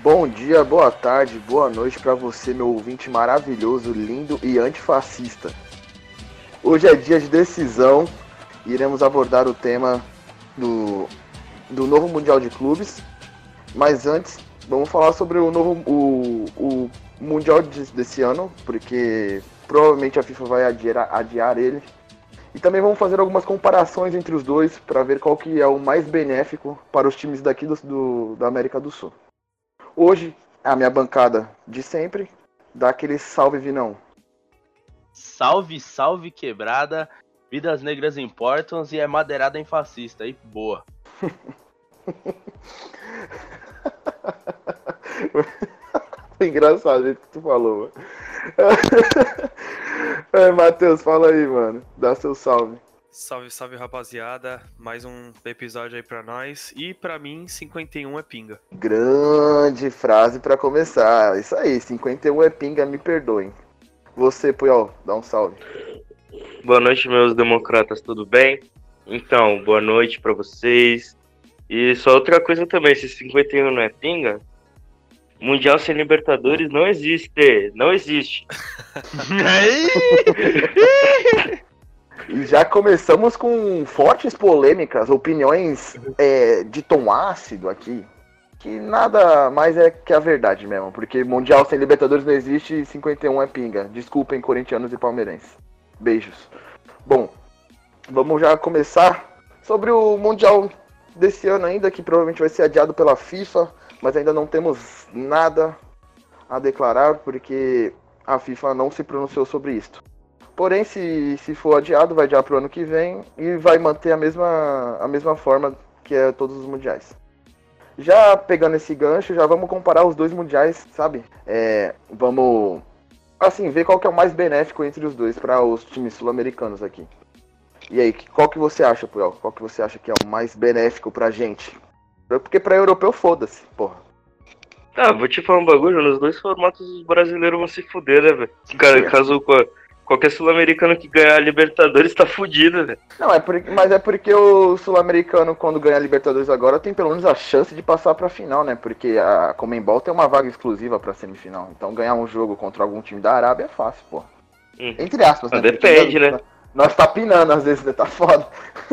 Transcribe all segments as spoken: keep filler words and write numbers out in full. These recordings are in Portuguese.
Bom dia, boa tarde, boa noite para você, meu ouvinte maravilhoso, lindo e antifascista. Hoje é dia de decisão e iremos abordar o tema do, do novo Mundial de Clubes. Mas antes, vamos falar sobre o novo o, o Mundial de, desse ano, porque provavelmente a FIFA vai adiar, adiar ele. E também vamos fazer algumas comparações entre os dois para ver qual que é o mais benéfico para os times daqui do, do, da América do Sul. Hoje, a minha bancada de sempre, dá aquele salve, Vinão. Salve, salve, quebrada, vidas negras importam e é madeirada em fascista, e boa. Foi engraçado o jeito que tu falou, mano. É, Matheus, fala aí, mano. Dá seu salve. Salve, salve, rapaziada. Mais um episódio aí pra nós. E pra mim, cinquenta e um é pinga. Grande frase pra começar. Isso aí, cinquenta e um é pinga, me perdoem. Você, Puyol, dá um salve. Boa noite, meus democratas, tudo bem? Então, boa noite pra vocês. E só outra coisa também, se cinquenta e um não é pinga, Mundial sem Libertadores não existe. Não existe. E já começamos com fortes polêmicas, opiniões é, de tom ácido aqui, que nada mais é que a verdade mesmo, porque Mundial sem Libertadores não existe e cinquenta e um é pinga. Desculpem, corintianos e palmeirenses. Beijos. Bom, vamos já começar sobre o Mundial desse ano ainda, que provavelmente vai ser adiado pela FIFA, mas ainda não temos nada a declarar, porque a FIFA não se pronunciou sobre isso. Porém, se, se for adiado, vai adiar para o ano que vem e vai manter a mesma, a mesma forma que é todos os mundiais. Já pegando esse gancho, já vamos comparar os dois mundiais, sabe? É, vamos, assim, ver qual que é o mais benéfico entre os dois para os times sul-americanos aqui. E aí, qual que você acha, Puyol? Qual que você acha que é o mais benéfico pra gente? Porque pra europeu, foda-se, porra. Ah, vou te falar um bagulho, nos dois formatos os brasileiros vão se fuder, né, velho? Cara, caso qualquer sul-americano que ganhar a Libertadores tá fudido, velho. Não, é por, mas é porque o sul-americano, quando ganha a Libertadores agora, tem pelo menos a chance de passar pra final, né? Porque a Conmebol tem uma vaga exclusiva pra semifinal. Então ganhar um jogo contra algum time da Arábia é fácil, porra. Hum. Entre aspas, né? Ah, depende, porque, né? Nós tá pinando às vezes, né? Tá foda.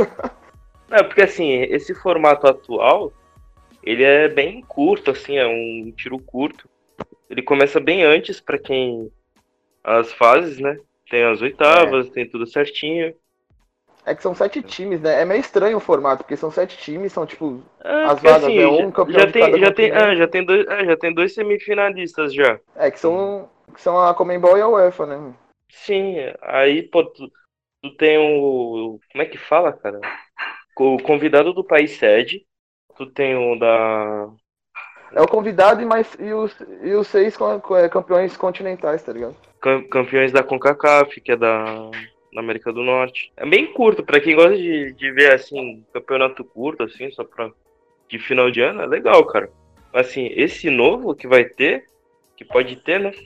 É, porque assim, esse formato atual, ele é bem curto, assim, é um tiro curto. Ele começa bem antes pra quem... As fases, né? Tem as oitavas, é. Tem tudo certinho. É que são sete times, né? É meio estranho o formato, porque são sete times, são tipo... É, as vagas assim, é um campeão já de tem, cada já tem, continente. ah, já tem dois, ah, já tem dois semifinalistas já. É, que são, que são a Conmebol e a UEFA, né? Sim, aí, pô, tu, tu tem o... Como é que fala, cara? O convidado do país sede. Tu tem o da... É o convidado e, mais, e, os, e os seis campeões continentais, tá ligado? Campeões da CONCACAF, que é da, da América do Norte. É bem curto, pra quem gosta de, de ver, assim, campeonato curto, assim, só pra... De final de ano, é legal, cara. Assim, esse novo que vai ter, que pode ter, né?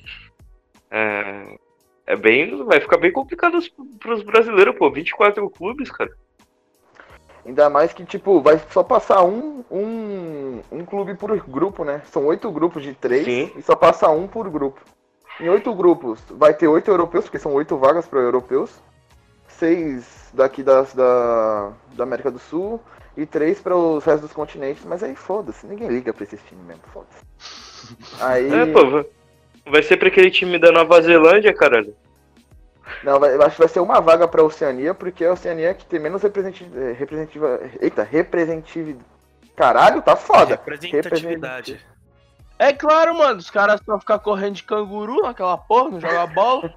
É, é bem... Vai ficar bem complicado pros brasileiros, pô. vinte e quatro clubes, cara. Ainda mais que, tipo, vai só passar um, um, um clube por grupo, né? São oito grupos de três. Sim. E só passa um por grupo. Em oito grupos vai ter oito europeus, porque são oito vagas para europeus. Seis daqui das, da, da América do Sul e três para os restos dos continentes. Mas aí foda-se, ninguém liga pra esses times mesmo, foda-se. Aí... É, pô, vai ser pra aquele time da Nova Zelândia, caralho. Não, vai, eu acho que vai ser uma vaga pra Oceania, porque a Oceania é que tem menos representativa... representativa eita, representatividade. Caralho, tá foda. Representatividade. É claro, mano, os caras só ficam correndo de canguru naquela porra, não joga bola.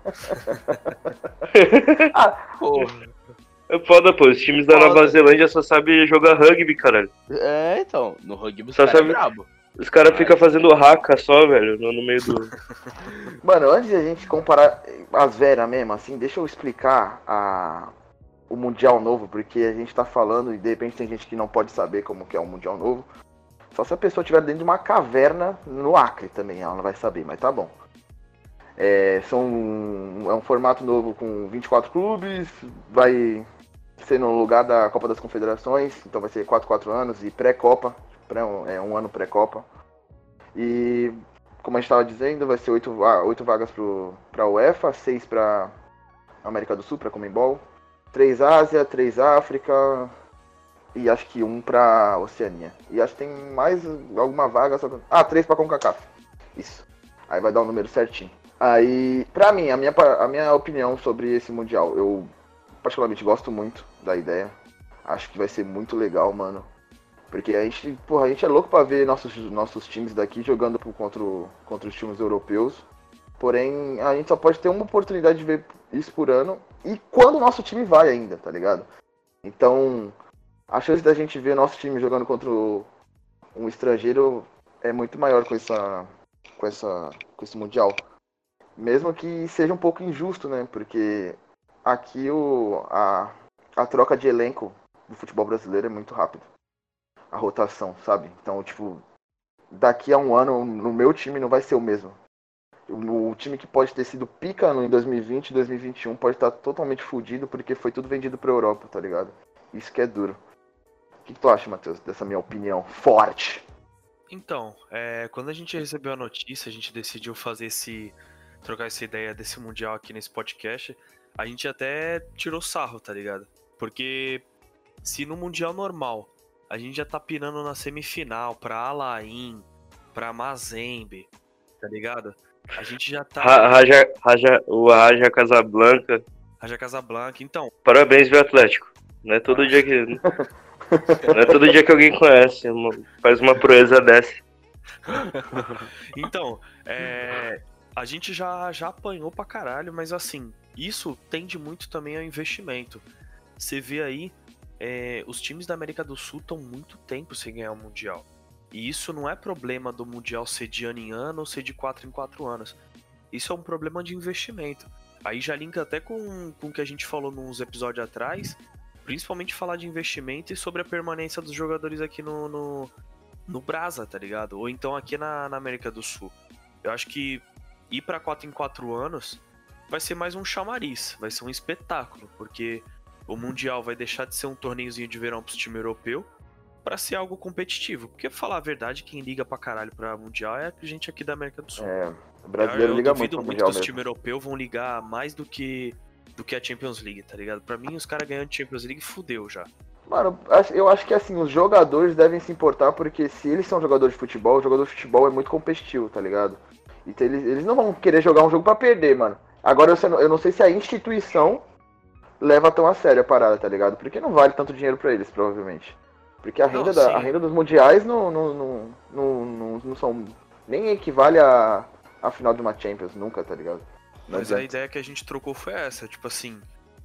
Ah, porra. É foda, pô, os times da Nova Zelândia só sabem jogar rugby, caralho. É, então, no rugby os só caras sabe... é brabo. Os caras ficam fazendo haka só, velho, no, no meio do... Mano, antes de a gente comparar as veras mesmo, assim, deixa eu explicar a... o Mundial Novo, porque a gente tá falando e de repente tem gente que não pode saber como que é o Mundial Novo. Só se a pessoa estiver dentro de uma caverna no Acre também, ela não vai saber, mas tá bom. É, são, é um formato novo com vinte e quatro clubes, vai ser no lugar da Copa das Confederações, então vai ser quatro, quatro anos e pré-Copa, pré, é um ano pré-Copa. E, como a gente estava dizendo, vai ser oito, oito vagas para a UEFA, seis para América do Sul, para Conmebol, três Ásia, três África e acho que um para Oceania. E acho que tem mais alguma vaga, só... ah, três para CONCACAF. Isso. Aí vai dar o número certinho. Aí, pra mim, a minha, a minha opinião sobre esse Mundial, eu particularmente gosto muito da ideia. Acho que vai ser muito legal, mano. Porque a gente, porra, a gente é louco pra ver nossos, nossos times daqui jogando contra, contra os times europeus. Porém, a gente só pode ter uma oportunidade de ver isso por ano. E quando o nosso time vai ainda, tá ligado? Então, a chance da gente ver nosso time jogando contra um estrangeiro é muito maior com, essa, com, essa, com esse Mundial. Mesmo que seja um pouco injusto, né? Porque aqui o, a, a troca de elenco do futebol brasileiro é muito rápido. A rotação, sabe? Então, tipo, daqui a um ano, no meu time não vai ser o mesmo. O, o time que pode ter sido pica no, em dois mil e vinte, dois mil e vinte e um pode estar totalmente fudido porque foi tudo vendido pra Europa, tá ligado? Isso que é duro. O que, que tu acha, Matheus, dessa minha opinião forte? Então, é, quando a gente recebeu a notícia, a gente decidiu fazer esse... trocar essa ideia desse Mundial aqui nesse podcast, a gente até tirou sarro, tá ligado? Porque se no Mundial normal a gente já tá pirando na semifinal pra Alain, pra Mazembe, tá ligado? A gente já tá... Raja, Raja, o Raja Casablanca. Raja Casablanca, então... Parabéns, viu, Atlético. Não é todo dia que... Não é todo dia que alguém conhece, faz uma proeza dessa. Então, é... a gente já, já apanhou pra caralho, mas assim, isso tende muito também ao investimento. Você vê aí, é, os times da América do Sul estão muito tempo sem ganhar o Mundial. E isso não é problema do Mundial ser de ano em ano ou ser de quatro em quatro anos. Isso é um problema de investimento. Aí já linka até com, com o que a gente falou nos episódios atrás, principalmente falar de investimento e sobre a permanência dos jogadores aqui no, no, no Brasa, tá ligado? Ou então aqui na, na América do Sul. Eu acho que ir para quatro em quatro anos vai ser mais um chamariz, vai ser um espetáculo, porque o Mundial vai deixar de ser um torneiozinho de verão para o time europeu para ser algo competitivo. Porque, pra falar a verdade, quem liga pra caralho pra Mundial é a gente aqui da América do Sul. É, o brasileiro eu, eu liga duvido muito pro muito Mundial que os mesmo. times europeus vão ligar mais do que, do que a Champions League, tá ligado? Pra mim, os caras ganhando Champions League, fudeu já. Mano, eu acho que assim, os jogadores devem se importar, porque se eles são jogadores de futebol, o jogador de futebol é muito competitivo, tá ligado? Então eles, eles não vão querer jogar um jogo pra perder, mano. Agora eu, eu não sei se a instituição leva tão a sério a parada, tá ligado? Porque não vale tanto dinheiro pra eles, provavelmente. Porque a renda, Não, da, a renda dos mundiais não, não, não, não, não, não são... nem equivale a, a final de uma Champions, nunca, tá ligado? Não Mas a adianta. ideia que a gente trocou foi essa, tipo assim,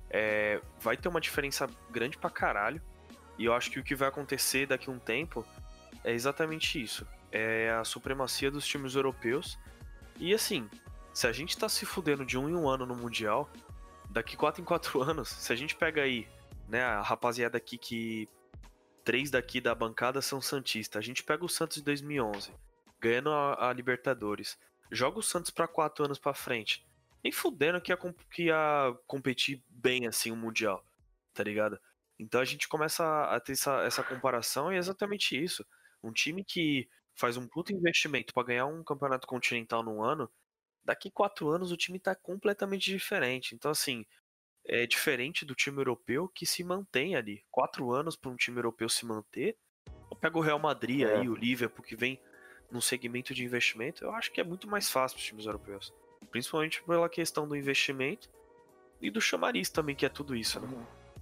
é, vai ter uma diferença grande pra caralho, e eu acho que o que vai acontecer daqui a um tempo é exatamente isso. É a supremacia dos times europeus. E assim, se a gente tá se fudendo de um em um ano no Mundial, daqui quatro em quatro anos, se a gente pega aí, né, a rapaziada aqui que... Três daqui da bancada são santistas. A gente pega o Santos de dois mil e onze, ganhando a, a Libertadores. Joga o Santos pra quatro anos pra frente. Nem fudendo que ia, que ia competir bem assim o Mundial, tá ligado? Então a gente começa a ter essa, essa comparação e é exatamente isso. Um time que faz um puto investimento pra ganhar um campeonato continental num ano, daqui quatro anos o time tá completamente diferente. Então assim... é diferente do time europeu que se mantém ali. Quatro anos para um time europeu se manter. Eu pego o Real Madrid É. aí, o Liverpool, que vem num segmento de investimento. Eu acho que é muito mais fácil para os times europeus. Principalmente pela questão do investimento e do chamariz também, que é tudo isso, né?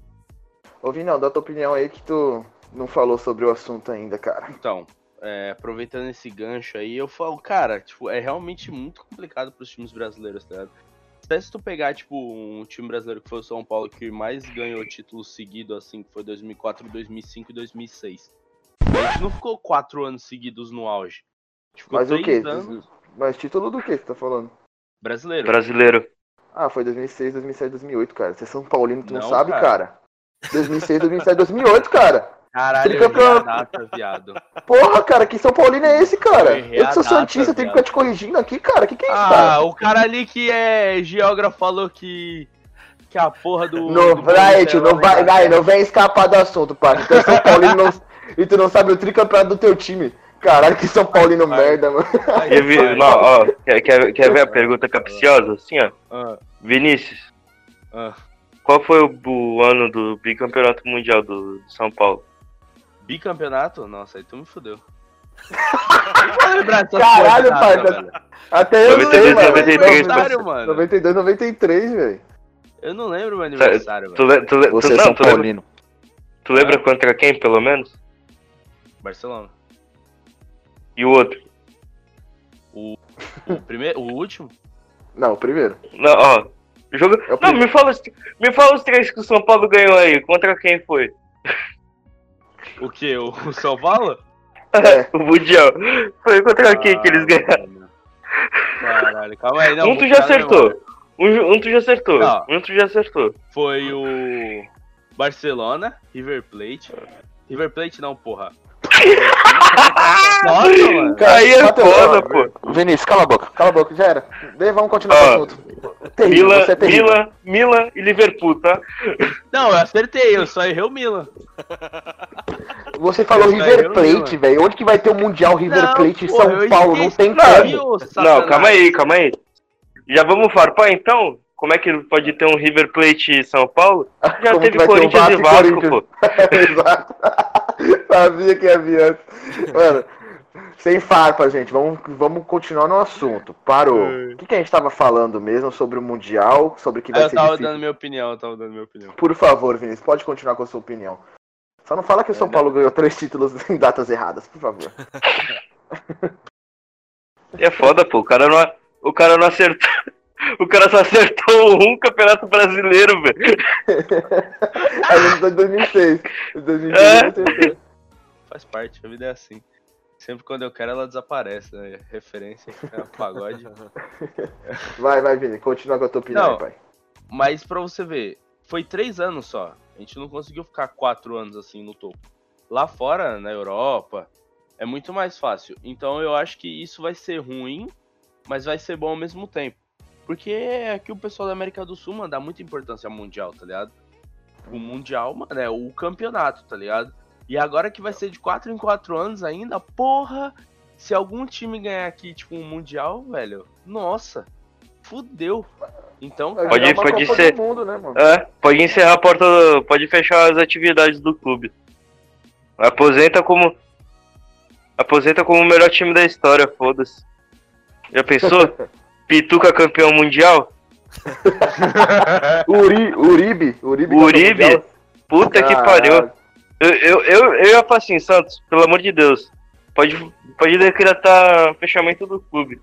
Ô Vinão, dá tua opinião aí que tu não falou sobre o assunto ainda, cara. Então, é, aproveitando esse gancho aí, eu falo, cara, tipo, é realmente muito complicado pros times brasileiros, tá ligado? Até se tu pegar, tipo, um time brasileiro que foi o São Paulo, que mais ganhou títulos seguidos, assim, que foi dois mil e quatro, dois mil e cinco e dois mil e seis. A gente não ficou quatro anos seguidos no auge. A gente ficou Mas o três quê? anos Mas título do que você tá falando? brasileiro. Brasileiro. Ah, foi dois mil e seis, dois mil e sete, dois mil e oito, cara. Você é São Paulino, tu não, Não, sabe, cara. cara. dois mil e seis, dois mil e sete, dois mil e oito, cara. Caralho, eu Tricampeão. errei a data, viado. Porra, cara, que São Paulino é esse, cara? Eu errei Eu que sou a data, santista, tenho que viado. ficar te corrigindo aqui, cara. Que que é isso, cara? Ah, o cara ali que é geógrafo falou que... que a porra do... Não, do vai, Borussia tio, é não vai, lendária. vai, não vem escapar do assunto, parça. Tu é São Paulino não- e tu não sabe o tricampeonato do teu time. Caralho, que São Paulino merda, mano. Quer ver, não, ó, quer, quer, quer ver a pergunta capciosa? Assim, ó. Ah, Vinícius, ah. qual foi o, o ano do bicampeonato mundial do, do São Paulo? Bicampeonato? Nossa, aí tu me fudeu. Não vou lembrar dessas Caralho, coisas, nada, pai. velho. Até eu noventa e sei, dois, mano. noventa e três, Aniversário, mano. noventa e dois, noventa e três, velho. Eu não lembro meu aniversário, Tu, velho. le- tu, le- tu, Você é não, São tu lembra, Paulino. tu lembra contra quem, pelo menos? Barcelona. E o outro? O primeiro, o último? Não, o primeiro. Não, ó. Jogo... É o Não, primeiro. me fala, os, me fala os três que o São Paulo ganhou aí. Contra quem foi? O que? O, o São Paulo? É. O Mundial. Foi contra quem que eles Ah, ganharam? mano. Caralho, calma aí. Não, um tu vou já puxar na acertou. memória. Um, um tu já acertou. Não. Um tu já acertou. Foi o Barcelona, River Plate. River Plate não, porra. Nossa, mano. Aí é Bateu, foda, ó, pô. Vinícius, cala a boca. Cala a boca, já era. Daí vamos continuar Ó, com o assunto. Terrível, Milan, você é terrível. Milan, Milan e Liverpool, tá? Não, eu acertei, eu só errei o Milan. Você falou Eu River não Plate, lembro. velho. Onde que vai ter o Mundial River Não, Plate em porra, São eu Paulo? Não esqueci, tem viu, como. ô satanás? Não, calma aí, calma aí. Já vamos farpar então? Como é que pode ter um River Plate e São Paulo? Já Como que teve vai ter um Corinthians e Vasco, Corinthians? pô. Exato. Sabia que havia antes. Mano, sem farpa, gente. Vamos, vamos continuar no assunto. Parou. O que, que a gente tava falando mesmo sobre o Mundial? Sobre o que vai Eu ser tava difícil? dando minha opinião, eu tava dando minha opinião. Por favor, Vinícius, pode continuar com a sua opinião. Só não fala que o São É, Paulo ganhou três títulos em datas erradas, por favor. É foda, pô. O cara não, o cara não acertou. O cara só acertou um campeonato brasileiro, velho. Aí de dois mil e seis. Em dois mil e É. seis, eu acertei. Faz parte, a vida é assim. Sempre quando eu quero ela desaparece, né? Referência, é um pagode. Vai, vai, Vini, continua com a tua opinião, Não. aí, pai. Mas pra você ver, foi três anos só. A gente não conseguiu ficar quatro anos assim no topo. Lá fora, na Europa, é muito mais fácil. Então eu acho que isso vai ser ruim, mas vai ser bom ao mesmo tempo. Porque aqui o pessoal da América do Sul, mano, dá muita importância ao Mundial, tá ligado? O Mundial, mano, é o campeonato, tá ligado? E agora que vai ser de quatro em quatro anos ainda, porra, se algum time ganhar aqui, tipo, um Mundial, velho, nossa, fudeu. Então, Vai cara, Pode- virar uma pode Copa ser. do Mundo, né, mano? É, pode encerrar a porta, do- pode fechar as atividades do clube. Aposenta como. Aposenta como o melhor time da história, foda-se. Já pensou? Pituca campeão mundial? Uri, Uribe, Uribe. Uribe? campeão mundial. Puta que Caralho. pariu. Eu, eu, eu, eu ia falar assim, Santos, pelo amor de Deus. Pode, pode decretar fechamento do clube.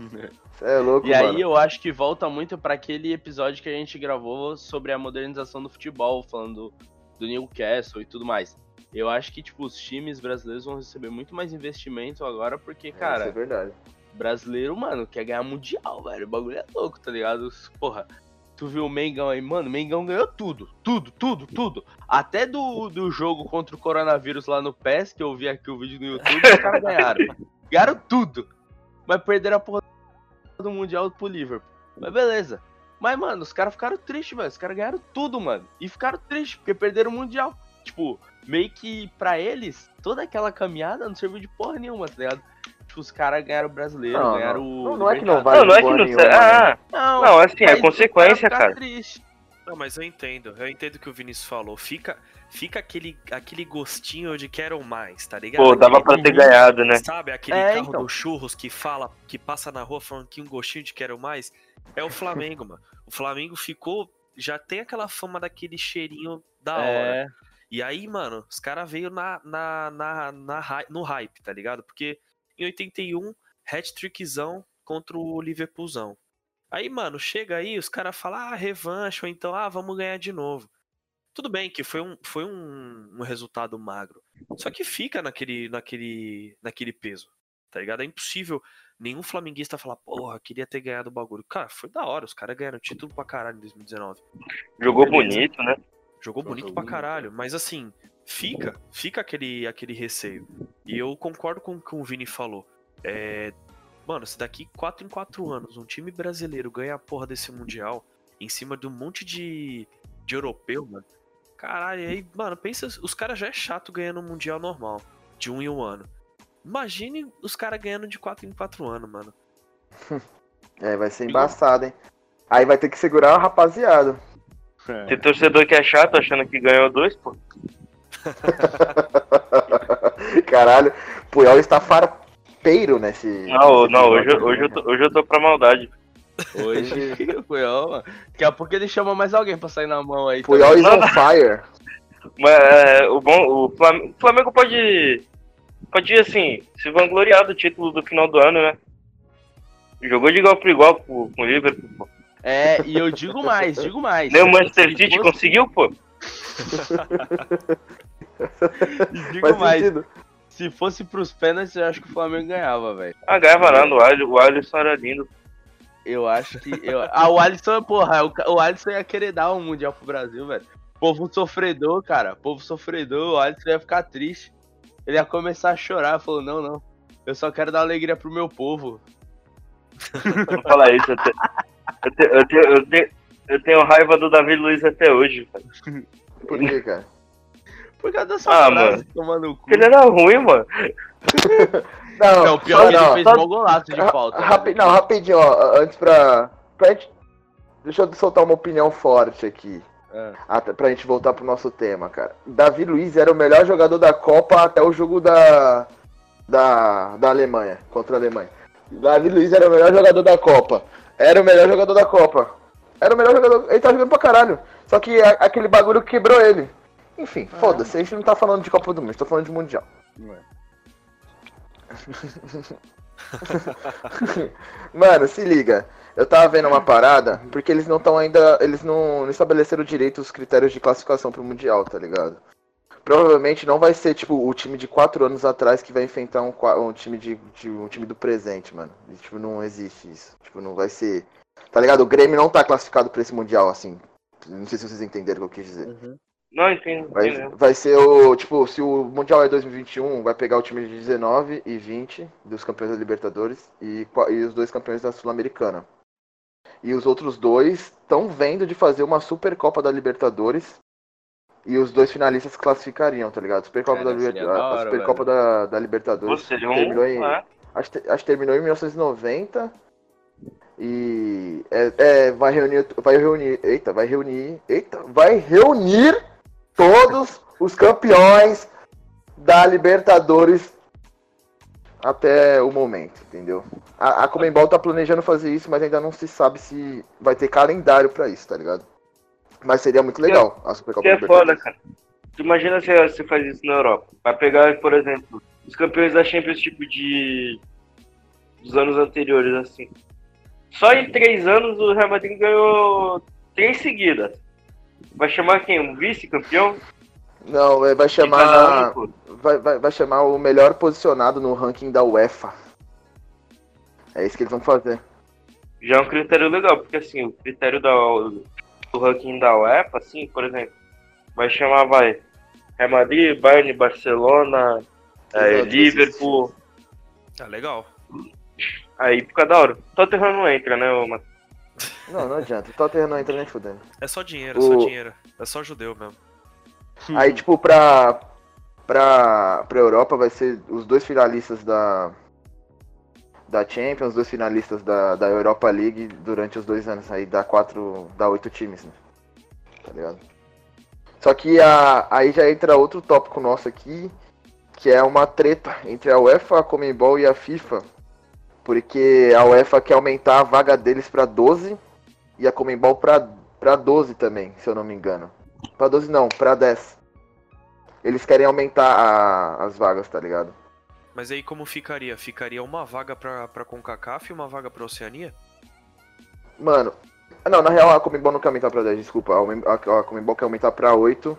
Cê é louco, E mano. aí eu acho que volta muito pra aquele episódio que a gente gravou sobre a modernização do futebol, falando do Newcastle e tudo mais. Eu acho que, tipo, os times brasileiros vão receber muito mais investimento agora, porque, Isso é cara, verdade. brasileiro, mano, quer ganhar mundial, velho. O bagulho é louco, tá ligado? Porra, tu viu o Mengão aí, mano, o Mengão ganhou tudo, tudo, tudo, tudo. Até do, do jogo contra o coronavírus lá no P E S, que eu vi aqui o vídeo no YouTube, os caras ganharam. Ganharam tudo. Mas perderam a porra do Mundial pro Liverpool. Mas beleza. Mas, mano, os caras ficaram tristes, velho. Os caras ganharam tudo, mano. E ficaram tristes, porque perderam o Mundial. Tipo, meio que pra eles, toda aquela caminhada não serviu de porra nenhuma, tá ligado? Tipo, os caras ganharam o brasileiro, Não, ganharam não. o. Não, não é que não Libertadores. vale Não, não é que porra não nenhuma, sei. né? Ah, Não, não, assim, é mas consequência, os caras cara. ficaram tristes. Não, mas eu entendo, eu entendo o que o Vinícius falou. Fica, fica aquele, aquele gostinho de quero mais, tá ligado? pô, dava pra ter ganhado, né? Sabe, aquele É, carro então. do churros que fala, que passa na rua falando que um gostinho de quero mais, é o Flamengo, mano. O Flamengo ficou, já tem aquela fama daquele cheirinho da hora. É, E aí, mano, os caras veio na, na, na, na, hy- no hype, tá ligado? Porque em oitenta e um, hat-trickzão contra o Liverpoolzão. Aí, mano, chega aí, os caras falam, ah, revanche, ou então, ah, vamos ganhar de novo. Tudo bem que foi um, foi um, um resultado magro. Só que fica naquele, naquele, naquele peso, tá ligado? É impossível nenhum flamenguista falar, porra, queria ter ganhado o bagulho. Cara, foi da hora, os caras ganharam título pra caralho em dois mil e dezenove. Jogou Beleza. bonito, né? Jogou bonito Jogou pra bonito, caralho, mas assim, fica, fica aquele, aquele receio. E eu concordo com o que o Vini falou. É, mano, se daqui quatro em quatro anos um time brasileiro ganha a porra desse Mundial em cima de um monte de, de europeu, mano, caralho, aí, mano, pensa, os caras já é chato ganhando um Mundial normal, de um em um ano. Imagine os caras ganhando de quatro em quatro anos, mano. É, vai ser embaçado, hein? Aí vai ter que segurar a rapaziada. Tem torcedor que é chato achando que ganhou dois, pô. Caralho, Puyol está farpeiro nesse. Não, nesse não, episódio hoje, aqui, hoje, né, eu tô, hoje eu tô pra maldade. Hoje foi, ó, mano. Daqui a pouco ele chama mais alguém pra sair na mão aí. Puyol is também. on fire. Mas é, o bom, o Flamengo, o Flamengo pode, pode, assim, se vangloriar do título do final do ano, né? Jogou de igual para igual com, com o Liverpool, pô. É, e eu digo mais, digo mais. Nem o Manchester Se City fosse- conseguiu, pô. E digo Faz mais. sentido. Se fosse pros pênaltis, eu acho que o Flamengo ganhava, velho. Ah, ganhava nada, o Alisson, o Alisson era lindo. Eu acho que. Eu... Ah, o Alisson, porra, o, ca- o Alisson ia querer dar um Mundial pro Brasil, velho. Povo sofredor, cara. Povo sofredor, o Alisson ia ficar triste. Ele ia começar a chorar. Falou, não, não. Eu só quero dar alegria pro meu povo. Não fala isso, eu, te, eu, te, eu, te, eu, te, eu tenho raiva do Davi Luiz até hoje, cara. Por quê, cara? Por causa dessa Ah, frase, mano. tomando o cu. Ele era ruim, mano. Não, Não, o pior só é que ele não. fez Só- mó golaço de ra- falta. rapi- velho. Não, rapidinho, ó. Antes pra. pra gente... Deixa eu soltar uma opinião forte aqui. É. Até pra gente voltar pro nosso tema, cara. Davi Luiz era o melhor jogador da Copa até o jogo da. Da, da Alemanha, contra a Alemanha. Davi Luiz era o melhor jogador da Copa. Era o melhor jogador da Copa. Era o melhor jogador. Ele tá jogando pra caralho. Só que a- aquele bagulho quebrou ele. Enfim, foda-se, a gente não tá falando de Copa do Mundo, a gente tá falando de Mundial. Mano, se liga. Eu tava vendo uma parada, porque eles não estão ainda. Eles não, não estabeleceram direito os critérios de classificação pro Mundial, tá ligado? Provavelmente não vai ser, tipo, o time de quatro anos atrás que vai enfrentar um, qua- um time de, de- um time do presente, mano. E, tipo, não existe isso. Tipo, não vai ser. Tá ligado? O Grêmio não tá classificado pra esse Mundial, assim. Não sei se vocês entenderam o que eu quis dizer. Não, entendo, Vai, entendo. vai ser o. Tipo, se o Mundial é dois mil e vinte e um, vai pegar o time de dezenove e vinte dos campeões da Libertadores e, qua- e os dois campeões da Sul-Americana. E os outros dois estão vendo de fazer uma Supercopa da Libertadores. E os dois finalistas classificariam, tá ligado? Supercopa Cara, da seria Libertadores. da A hora, Supercopa da, da Libertadores. Pô, seria um. terminou em, É. acho, que- acho que terminou em mil novecentos e noventa. E é, é, vai reunir. Vai reunir. Eita, vai reunir. Eita, vai reunir todos os campeões da Libertadores até o momento, entendeu? A, a Conmebol tá planejando fazer isso, mas ainda não se sabe se vai ter calendário pra isso, tá ligado? Mas seria muito legal a Supercopa Que da é foda, Libertadores. cara. Tu imagina se você faz isso na Europa. Vai pegar, por exemplo, os campeões da Champions, tipo, de. Dos anos anteriores, assim. Só em três anos o Real Madrid ganhou três seguidas. Vai chamar quem? Um vice-campeão? Não, é, vai De cada chamar. um, pô. Vai, vai, vai chamar o melhor posicionado no ranking da UEFA. É isso que eles vão fazer. Já é um critério legal, porque assim, o critério da, do ranking da UEFA, assim, por exemplo, vai chamar, vai, Real Madrid, Bayern, Barcelona, é, Exato, Liverpool, Ah, legal. aí fica da hora. Tottenham não entra, né, ô, mano? Não, não adianta. O Tottenham não entra nem fudendo. É só dinheiro, é O- só dinheiro. É só judeu mesmo. Aí, tipo, pra, pra, pra Europa vai ser os dois finalistas da, da Champions, os dois finalistas da, da Europa League durante os dois anos. Aí dá quatro, dá oito times, né? Tá ligado? Só que a, aí já entra outro tópico nosso aqui, que é uma treta entre a UEFA, a Conmebol e a FIFA. Porque a UEFA quer aumentar a vaga deles pra doze e a Conmebol pra, pra doze também, se eu não me engano. Pra doze não, pra dez. Eles querem aumentar a- as vagas, tá ligado? Mas aí como ficaria? Ficaria uma vaga pra, pra CONCACAF e uma vaga pra Oceania? Mano, ah, não, na real a Conmebol não quer aumentar pra dez, desculpa. A Conmebol- A Conmebol quer aumentar pra oito.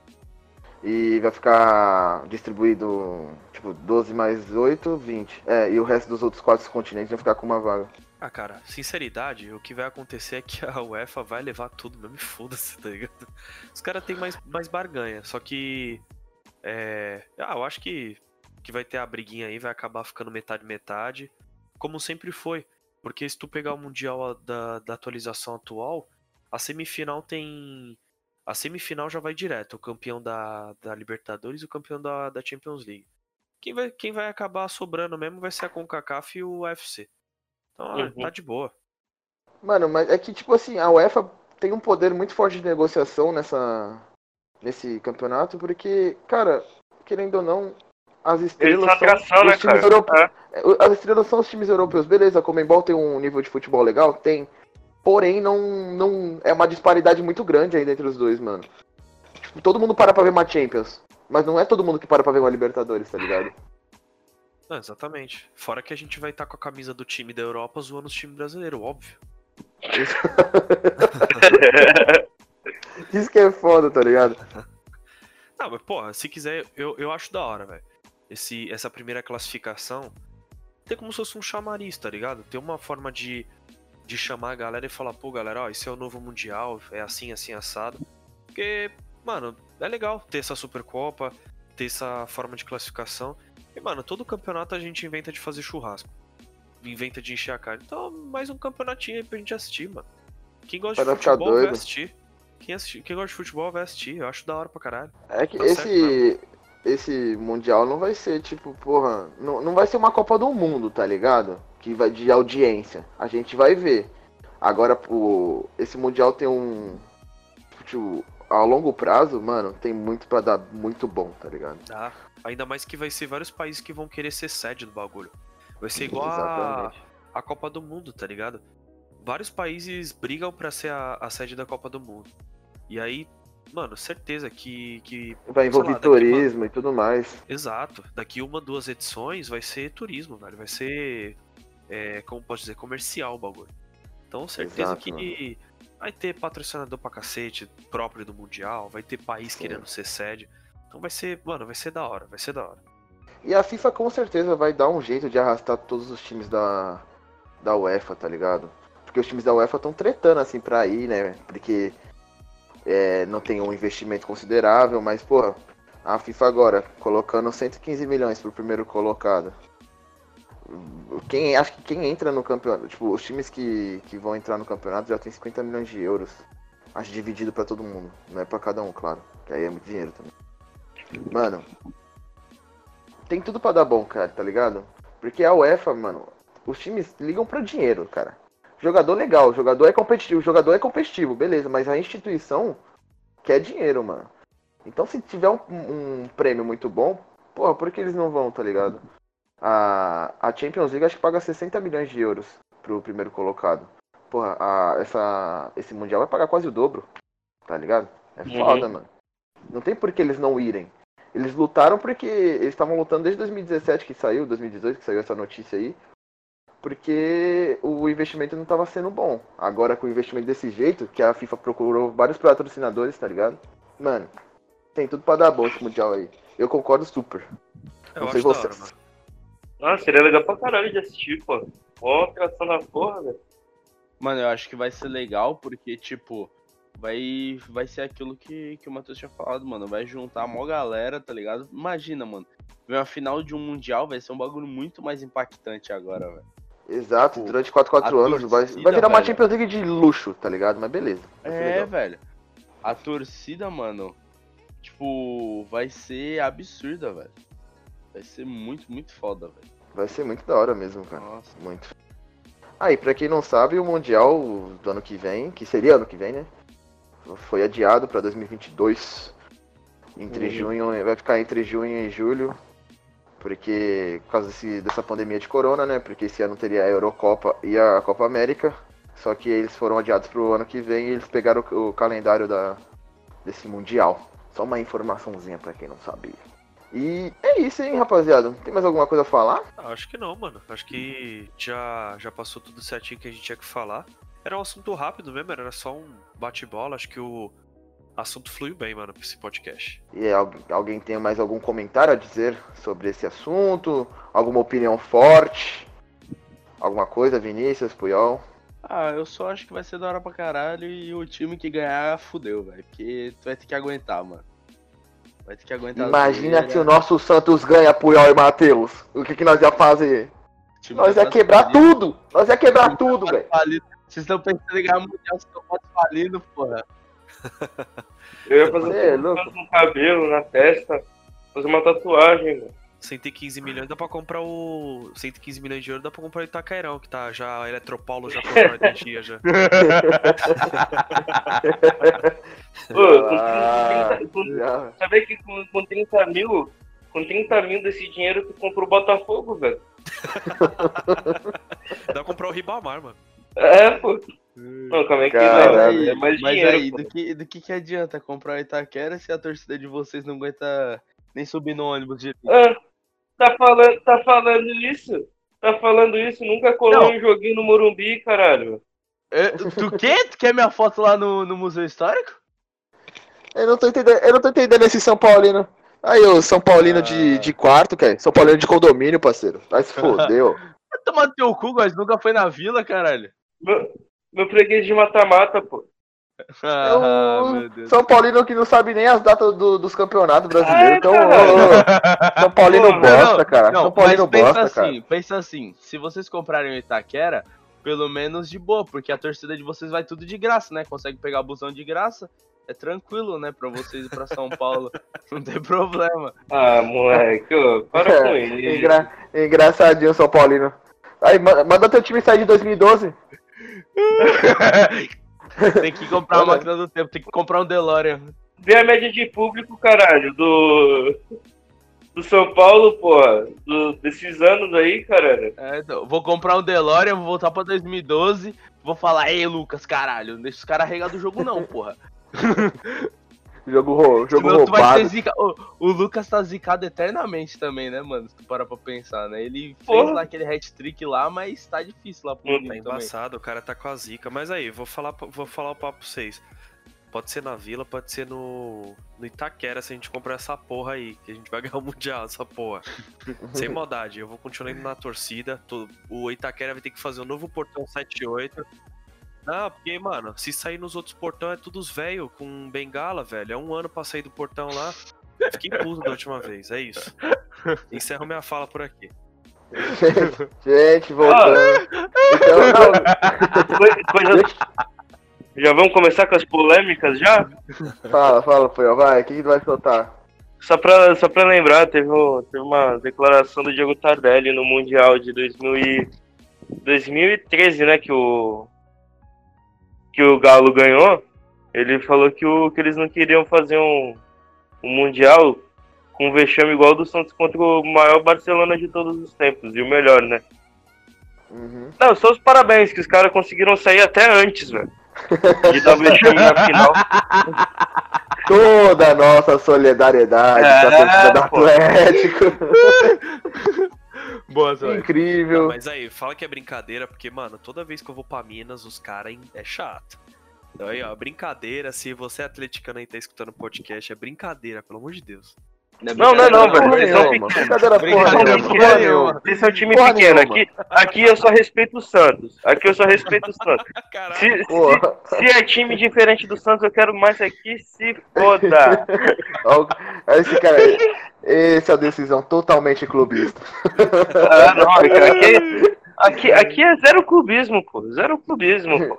E vai ficar distribuído, tipo, doze mais oito, vinte. É, e o resto dos outros quatro continentes vai ficar com uma vaga. Ah, cara, sinceridade, o que vai acontecer é que a UEFA vai levar tudo mesmo e foda-se, tá ligado? Os caras têm mais, mais barganha, só que. É. Ah, eu acho que, que vai ter a briguinha aí, vai acabar ficando metade-metade, como sempre foi. Porque se tu pegar o Mundial da, da atualização atual, a semifinal tem. A semifinal já vai direto, o campeão da, da Libertadores e o campeão da, da Champions League. quem vai, quem vai acabar sobrando mesmo vai ser a CONCACAF e o U F C. Então, ah, Uhum. tá de boa. Mano, mas é que, tipo assim, a UEFA tem um poder muito forte de negociação nessa, nesse campeonato, porque, cara, querendo ou não, as Eles estrelas são são atração, né, os times cara? europeus. É. As estrelas são os times europeus. Beleza, a Conmebol tem um nível de futebol legal? Tem. Porém, não, não é uma disparidade muito grande ainda entre os dois, mano. Tipo, todo mundo para pra ver uma Champions, mas não é todo mundo que para pra ver uma Libertadores, tá ligado? Não, exatamente. Fora que a gente vai estar com a camisa do time da Europa zoando os times brasileiros, óbvio. Isso que é foda, tá ligado? Não, mas porra, se quiser, eu, eu acho da hora, velho. Esse, essa primeira classificação tem como se fosse um chamariz, tá ligado? Tem uma forma de, de chamar a galera e falar, pô, galera, ó, esse é o novo Mundial, é assim, assim, assado. Porque, mano, é legal ter essa Supercopa, ter essa forma de classificação. E, mano, todo campeonato a gente inventa de fazer churrasco. Inventa de encher a cara. Então, mais um campeonatinho aí pra gente assistir, mano. Quem gosta Para de ficar futebol vai doido. assistir. Quem, assistir. Quem gosta de futebol vai assistir. Eu acho da hora pra caralho. É que Tá certo mesmo. esse, esse Mundial não vai ser, tipo, porra, não, não vai ser uma Copa do Mundo, tá ligado? Que vai de audiência. A gente vai ver. Agora, o, esse Mundial tem um. Tipo, a longo prazo, mano, tem muito pra dar muito bom, tá ligado? Tá. Ainda mais que vai ser vários países que vão querer ser sede do bagulho. Vai ser igual a, Exatamente. a Copa do Mundo, tá ligado? Vários países brigam pra ser a, a sede da Copa do Mundo. E aí, mano, certeza que. que Vai envolver sei lá, daqui uma- turismo e tudo mais. Exato. Daqui uma, duas edições vai ser turismo, velho. Vai ser. É, como pode dizer? Comercial o bagulho. Então, certeza Exato, que vai ter patrocinador pra cacete próprio do Mundial. Vai ter país Sim. querendo ser sede. Então vai ser. Mano, vai ser da hora. Vai ser da hora. E a FIFA com certeza vai dar um jeito de arrastar todos os times da, da UEFA, tá ligado? Porque os times da UEFA estão tretando assim pra ir, né? Porque é, não tem um investimento considerável, mas, porra, a FIFA agora colocando cento e quinze milhões pro primeiro colocado. Quem, acho que quem entra no campeonato, tipo, os times que, que vão entrar no campeonato já tem cinquenta milhões de euros. Acho dividido pra todo mundo, não é pra cada um, claro. Que aí é muito dinheiro também. Mano, tem tudo pra dar bom, cara, tá ligado? Porque a UEFA, mano, os times ligam pra dinheiro, cara. Jogador legal, o jogador é competitivo, o jogador é competitivo, beleza, mas a instituição quer dinheiro, mano. Então se tiver um, um prêmio muito bom, porra, por que eles não vão, tá ligado? A, a Champions League acho que paga sessenta milhões de euros pro primeiro colocado. Porra, a, essa, esse Mundial vai pagar quase o dobro, tá ligado? É foda, Uhum. mano. Não tem por que eles não irem. Eles lutaram porque eles estavam lutando desde dois mil e dezessete que saiu, dois mil e dezoito que saiu essa notícia aí. Porque o investimento não estava sendo bom. Agora com o investimento desse jeito, que a FIFA procurou vários patrocinadores, tá ligado? Mano, tem tudo pra dar bom esse Mundial aí. Eu concordo super. Eu Não sei acho da hora, vocês. mano. Nossa, seria legal pra caralho de assistir, pô. Ó, atração da porra, velho. Mano, eu acho que vai ser legal porque, tipo, vai, vai ser aquilo que, que o Matheus tinha falado, mano. Vai juntar a maior galera, tá ligado? Imagina, mano. Ver uma final de um Mundial vai ser um bagulho muito mais impactante agora, velho. Exato, Tipo, durante quatro, quatro a anos vai, torcida, vai virar uma velho. Champions League de luxo, tá ligado? Mas beleza. Vai ser É, legal. velho. A torcida, mano, tipo, vai ser absurda, velho. Vai ser muito, muito foda, velho. Vai ser muito da hora mesmo, cara. Nossa. Muito. Ah, e pra quem não sabe, o Mundial do ano que vem, que seria ano que vem, né? Foi adiado pra dois mil e vinte e dois. Entre Uhum. junho, vai ficar entre junho e julho. Porque, por causa desse, dessa pandemia de corona, né? Porque esse ano teria a Eurocopa e a Copa América. Só que eles foram adiados pro ano que vem e eles pegaram o, o calendário da, desse Mundial. Só uma informaçãozinha pra quem não sabia. E é isso, hein, rapaziada? Tem mais alguma coisa a falar? Ah, acho que não, mano. Acho que já, já passou tudo certinho que a gente tinha que falar. Era um assunto rápido mesmo, era só um bate-bola. Acho que o assunto fluiu bem, mano, pra esse podcast. E alguém, alguém tem mais algum comentário a dizer sobre esse assunto? Alguma opinião forte? Alguma coisa, Vinícius, Puyol? Ah, eu só acho que vai ser da hora pra caralho e o time que ganhar fudeu, velho. Porque tu vai ter que aguentar, mano. Vai ter que aguentar. Imagina zoeira. se o nosso Santos ganha, Puyol e Matheus. O que, que nós ia fazer? O time Nós tá ia quebrar falido. tudo! Nós ia quebrar O time tudo, tá velho! falido. Vocês estão pensando em ganhar mundial, vocês estão quase falindo, porra. Eu ia fazer Você é um louco? no cabelo, na testa, fazer uma tatuagem, velho. cento e quinze milhões dá pra comprar o. cento e quinze milhões de euros dá pra comprar o Itaquerão, que tá já. A Eletropaulo já comprou a energia já. Pô, com Ah, trinta, com, já. sabe que com, com trinta mil, com trinta mil desse dinheiro tu compra o Botafogo, velho. Dá pra comprar o Ribamar, mano. É, pô. Não, calma aí que Caralho. não, Aí, é mais mas dinheiro, aí, pô. do que, do que que adianta comprar o Itaquera se a torcida de vocês não aguenta nem subir no ônibus de... Ah, tá falando, tá falando isso? Tá falando isso? Nunca colou Não. um joguinho no Morumbi, caralho. É, tu quê? Tu quer minha foto lá no, no Museu Histórico? Eu não tô entendendo, eu não tô entendendo esse São Paulino. Aí, o São Paulino de, de quarto, cara. São Paulino de condomínio, parceiro. Vai se fodeu. Vai tomar no teu cu, mas nunca foi na vila, caralho. Meu, meu freguês de mata-mata, pô. É Ah, o meu Deus. São Paulino que não sabe nem as datas do- dos campeonatos brasileiros. Ai, Então, caralho. ô, ô, São Paulino Pô, bosta, não, cara. Não, São Paulino mas pensa bosta, assim, cara. pensa assim, se vocês comprarem o Itaquera, pelo menos de boa, porque a torcida de vocês vai tudo de graça, né? Consegue pegar busão de graça, é tranquilo, né? Pra vocês ir pra São Paulo, não tem problema. Ah, moleque, ô, para com isso. Engra- engraçadinho, São Paulino. Aí, ma- manda teu time sair de dois mil e doze. Tem que comprar a máquina do tempo, tem que comprar um DeLorean. Vê a média de público, caralho, do. Do São Paulo, porra. Do, desses anos aí, caralho. É, então, vou comprar um DeLorean, vou voltar pra dois mil e doze, vou falar, ei, Lucas, caralho, não deixa os caras regar do jogo não, porra. Jogo, ro- jogo Senão tu vai ser roubado. zica... o, o Lucas tá zicado eternamente também, né, mano? Se tu parar pra pensar, né? Ele fez Porra. lá aquele hat-trick lá, mas tá difícil lá pro Não, Tá menino também. embaçado, o cara tá com a zica. Mas aí, vou falar, vou falar o papo pra vocês. Pode ser na Vila, pode ser no, no Itaquera, se a gente comprar essa porra aí, que a gente vai ganhar o Mundial, essa porra. Sem maldade, eu vou continuar indo na torcida. tô- o Itaquera vai ter que fazer um novo portão sete oito. Não, porque, mano, se sair nos outros portão é todos velho com bengala, velho. É um ano pra sair do portão lá. Fiquei puto da última vez, é isso. Encerro minha fala por aqui. Gente, voltando. Então, não, Coi- Coisa... Já vamos começar com as polêmicas já? fala, fala, Poel, vai. O que, que tu vai soltar? Só pra, só pra lembrar, teve, um- teve uma declaração do Diego Tardelli no Mundial de dois mil e, dois mil e treze, né, que o, que o Galo ganhou. Ele falou que, o, que eles não queriam fazer um, um Mundial com um vexame igual ao do Santos contra o maior Barcelona de todos os tempos, e o melhor, né? Uhum. Não, só os parabéns, que os caras conseguiram sair até antes, velho, de dar vexame na final. Toda a nossa solidariedade É, pra torcida do pô. Atlético. Boa, Zóio. Incrível. Não, mas aí, fala que é brincadeira, porque, mano, toda vez que eu vou pra Minas, os caras é chato. Então aí, ó, brincadeira, se você é atleticano e tá escutando o podcast, é brincadeira, pelo amor de Deus. Não, não, não, velho. Porra Eles são nenhuma. pequenos. Brincadeira porra Brincadeira nenhuma. porra Porra nenhuma. nenhuma. Eles são um time Porra pequeno. nenhuma. Aqui, aqui eu só respeito o Santos. Aqui eu só respeito o Santos. Caralho. Se, Porra. se, se é time diferente do Santos, eu quero mais aqui, se foda. Ó, esse cara aí. Essa é a decisão totalmente clubista. Ah, não, aqui, aqui, aqui é zero clubismo, pô. Zero clubismo, pô.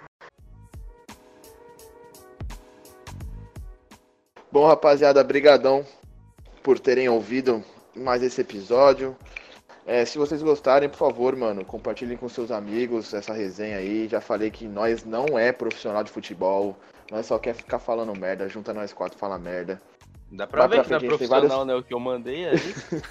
Bom, rapaziada, brigadão por terem ouvido mais esse episódio. É, se vocês gostarem, por favor, mano, compartilhem com seus amigos essa resenha aí. Já falei que nós não é profissional de futebol, nós só quer ficar falando merda, junta nós quatro, fala merda. Dá pra Vai ver pra que não é frente, a gente tem profissional, né? O que eu mandei aí.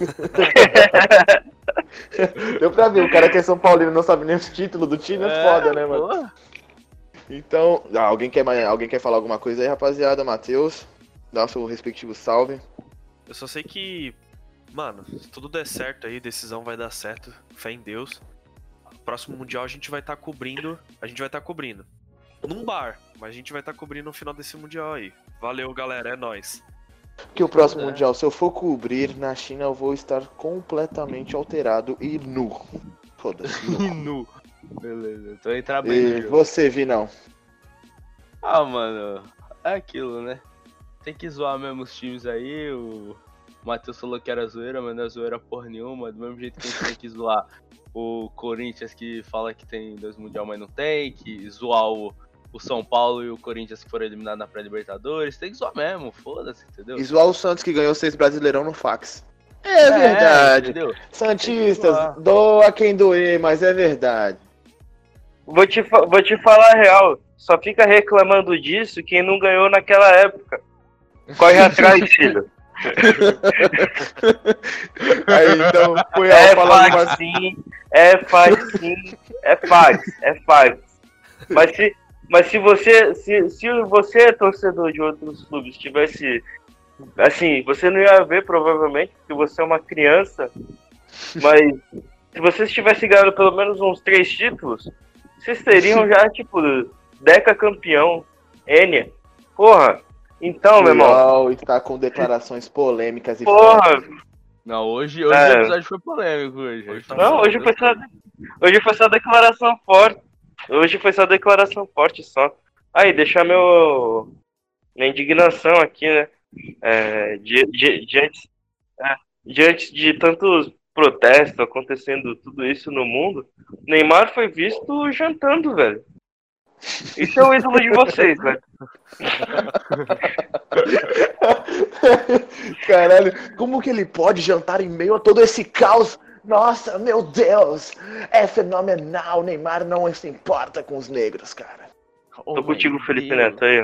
Deu pra ver, o cara que é São Paulino não sabe nem os títulos do time, é, foda, né, mano? porra. Então, ah, alguém, quer, mais- alguém quer falar alguma coisa aí, rapaziada? Matheus, dá o seu respectivo salve. Eu só sei que, mano, se tudo der certo aí, decisão vai dar certo, fé em Deus. Próximo Mundial a gente vai estar cobrindo, a gente vai estar cobrindo num bar, mas a gente vai estar cobrindo no final desse Mundial aí. Valeu, galera, é nóis. Que o próximo É. Mundial, se eu for cobrir na China, eu vou estar completamente alterado e nu. Foda-se. nu. E nu. Beleza, tô entrando bem E no jogo. você, Vinão? Ah, mano, é aquilo, né? Tem que zoar mesmo os times aí. O Matheus falou que era zoeira, mas não é zoeira porra nenhuma. Do mesmo jeito que a gente tem que zoar o Corinthians, que fala que tem dois Mundial, mas não tem. Que zoar o, o São Paulo e o Corinthians, que foram eliminados na pré-Libertadores. Tem que zoar mesmo, foda-se, entendeu? E zoar o Santos, que ganhou seis Brasileirão no fax. É verdade. entendeu? Santistas, Tem que doa quem doer, mas é verdade. Vou te, fa- vou te falar a real. Só fica reclamando disso quem não ganhou naquela época. Corre atrás, filho. Aí, então, foi É ela falando fax uma... sim, é fax sim, é fax, é fax. Mas se, mas se você, se, se você, torcedor de outros clubes, tivesse, assim, você não ia ver provavelmente, porque você é uma criança, mas se vocês tivessem ganhado pelo menos uns três títulos, vocês teriam já, tipo, Deca campeão, Enia. Porra, então, meu irmão, Puyol está com declarações polêmicas e porra, fortes. Não, hoje, hoje É. o episódio foi polêmico hoje. Hoje tá não, hoje foi só, hoje foi só declaração forte. Hoje foi só declaração forte só. Aí, deixar meu minha indignação aqui, né? É, di- di- diante, é, diante de tantos protestos acontecendo, tudo isso no mundo, Neymar foi visto jantando, velho. Isso é o ídolo de vocês, velho. Caralho, como que ele pode jantar em meio a todo esse caos? Nossa, meu Deus! É fenomenal, Neymar não se importa com os negros, cara. Oh, Tô contigo, meu Felipe Deus. Neto, aí, ó.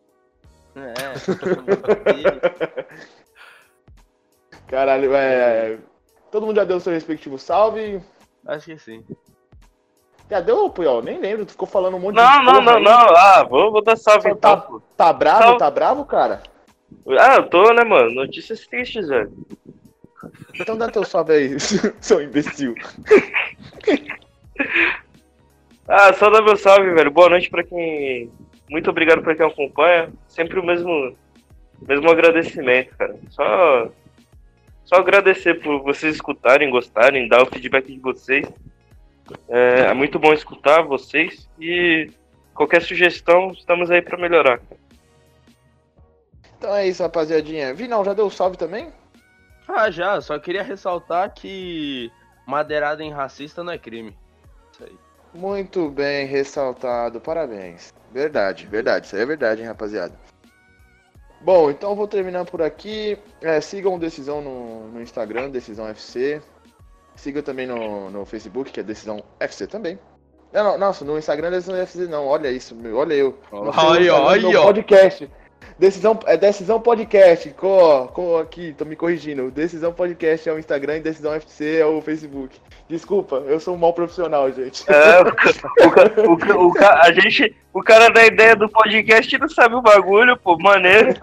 É. Caralho, é... Todo mundo já deu o seu respectivo salve? Acho que sim. Já deu, Puyol? Nem lembro, tu ficou falando um monte Não, de não, porra não, aí. não. Ah, vou, vou dar salve Só então, tá, pô. tá bravo? Salve. Tá bravo, cara? Ah, eu tô, né, mano? Notícias tristes, velho. Então dá teu salve aí, seu imbecil. Ah, só dá meu salve, velho. Boa noite pra quem. Muito obrigado pra quem acompanha. Sempre o mesmo, mesmo agradecimento, cara. Só, só agradecer por vocês escutarem, gostarem, dar o feedback de vocês. É, é muito bom escutar vocês e qualquer sugestão, estamos aí pra melhorar. Então é isso, rapaziadinha. Vinão, já deu salve também? Ah, já, só queria ressaltar que madeirada em racista não é crime. Isso aí. Muito bem ressaltado, parabéns. Verdade, verdade, isso aí é verdade, hein, rapaziada. Bom, então vou terminar por aqui. É, sigam o Decisão no, no Instagram, Decisão F C. Siga também no, no Facebook, que é Decisão F C também. Não, não, nossa, no Instagram é Decisão F C não, olha isso, meu, olha eu. No Aí, ó, Instagram, aí, no ó. podcast. Decisão, é Decisão Podcast, co, co, aqui, tô me corrigindo. Decisão Podcast é o Instagram e Decisão F C é o Facebook. Desculpa, eu sou um mau profissional, gente. É, o, ca- o, ca- o, ca- a gente, o cara da ideia do podcast não sabe o bagulho, pô, maneiro.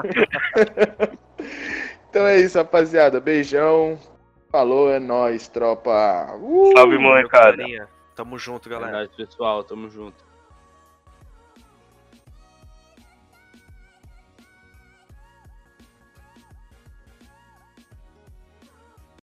Então é isso, rapaziada. Beijão. Falou, é nóis, tropa. Uh! Salve, molecada. Carinha. Tamo junto, É galera. nóis, pessoal, tamo junto.